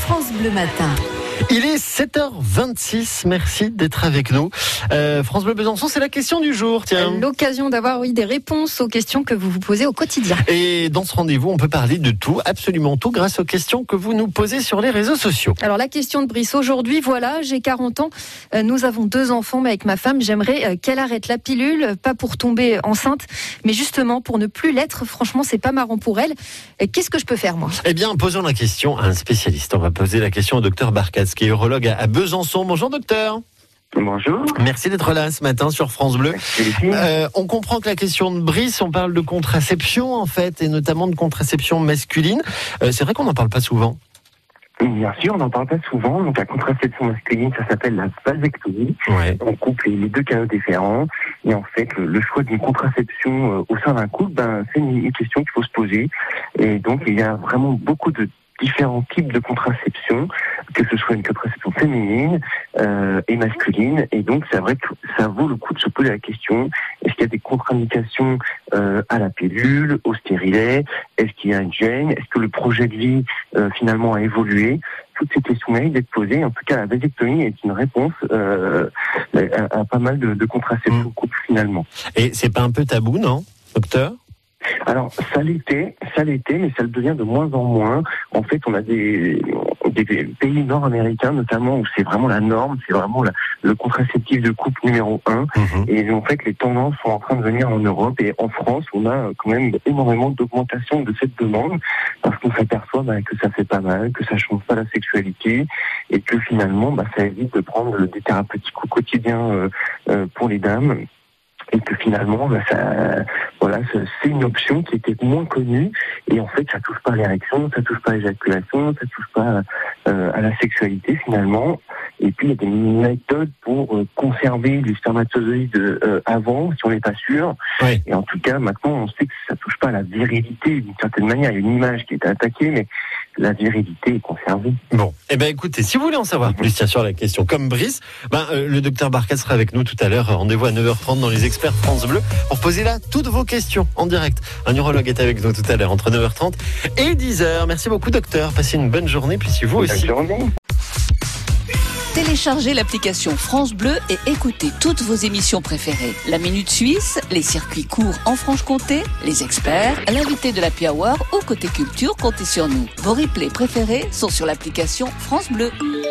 France Bleu Matin. Il est 7h26, merci d'être avec nous. France Bleu Besançon, c'est la question du jour. Tiens. L'occasion d'avoir des réponses aux questions que vous vous posez au quotidien. Et dans ce rendez-vous, on peut parler de tout, absolument tout, grâce aux questions que vous nous posez sur les réseaux sociaux. Alors la question de Brice, aujourd'hui, voilà, j'ai 40 ans, nous avons 2 enfants, mais avec ma femme, j'aimerais qu'elle arrête la pilule, pas pour tomber enceinte, mais justement pour ne plus l'être. Franchement, c'est pas marrant pour elle. Qu'est-ce que je peux faire, moi ? Eh bien, posons la question à un spécialiste. On va poser la question au docteur Barcas, qui est urologue à Besançon. Bonjour docteur. Bonjour. Merci d'être là ce matin sur France Bleu. On comprend que la question de Brice, on parle de contraception en fait, et notamment de contraception masculine. C'est vrai qu'on n'en parle pas souvent. Bien sûr, on n'en parle pas souvent. Donc la contraception masculine, ça s'appelle la vasectomie. Ouais. On coupe les deux canaux différents. Et en fait, le choix d'une contraception au sein d'un couple, c'est une question qu'il faut se poser. Et donc, il y a vraiment beaucoup de différents types de contraception, que ce soit une contraception féminine et masculine. Et donc, c'est vrai que ça vaut le coup de se poser la question, est-ce qu'il y a des contre-indications à la pilule, au stérilet? Est-ce qu'il y a une gêne? Est-ce que le projet de vie, finalement, a évolué? Toutes ces questions méritent d'être posées. En tout cas, la vasectomie est une réponse à pas mal de contraception couple, finalement. Et c'est pas un peu tabou, non, docteur ? Alors, ça l'était, mais ça le devient de moins en moins. En fait, on a des pays nord-américains, notamment, où c'est vraiment la norme, c'est vraiment le contraceptif de couple numéro 1. Et en fait, les tendances sont en train de venir en Europe. Et en France, on a quand même énormément d'augmentation de cette demande, parce qu'on s'aperçoit que ça fait pas mal, que ça change pas la sexualité, et que finalement, ça évite de prendre des thérapeutiques au quotidien pour les dames. Et que finalement, c'est une option qui était moins connue. Et en fait, ça touche pas à l'érection, ça touche pas à l'éjaculation, ça touche pas à la sexualité finalement. Et puis, il y a des méthodes pour conserver les spermatozoïdes avant, si on n'est pas sûr. Oui. Et en tout cas, maintenant, on sait que ça touche pas à la virilité d'une certaine manière. Il y a une image qui est attaquée, mais la virilité est conservée. Bon, écoutez, si vous voulez en savoir plus sur la question, comme Brice, le docteur Barcas sera avec nous tout à l'heure. Rendez-vous à 9h30 dans les experts France Bleu pour poser là toutes vos questions en direct. Un urologue est avec nous tout à l'heure entre 9h30 et 10h. Merci beaucoup docteur, passez une bonne journée, puis si vous aussi. Bonne journée. Téléchargez l'application France Bleu et écoutez toutes vos émissions préférées. La Minute Suisse, les circuits courts en Franche-Comté, les experts, l'invité de l'Happy Hour ou côté culture, comptez sur nous. Vos replays préférés sont sur l'application France Bleu.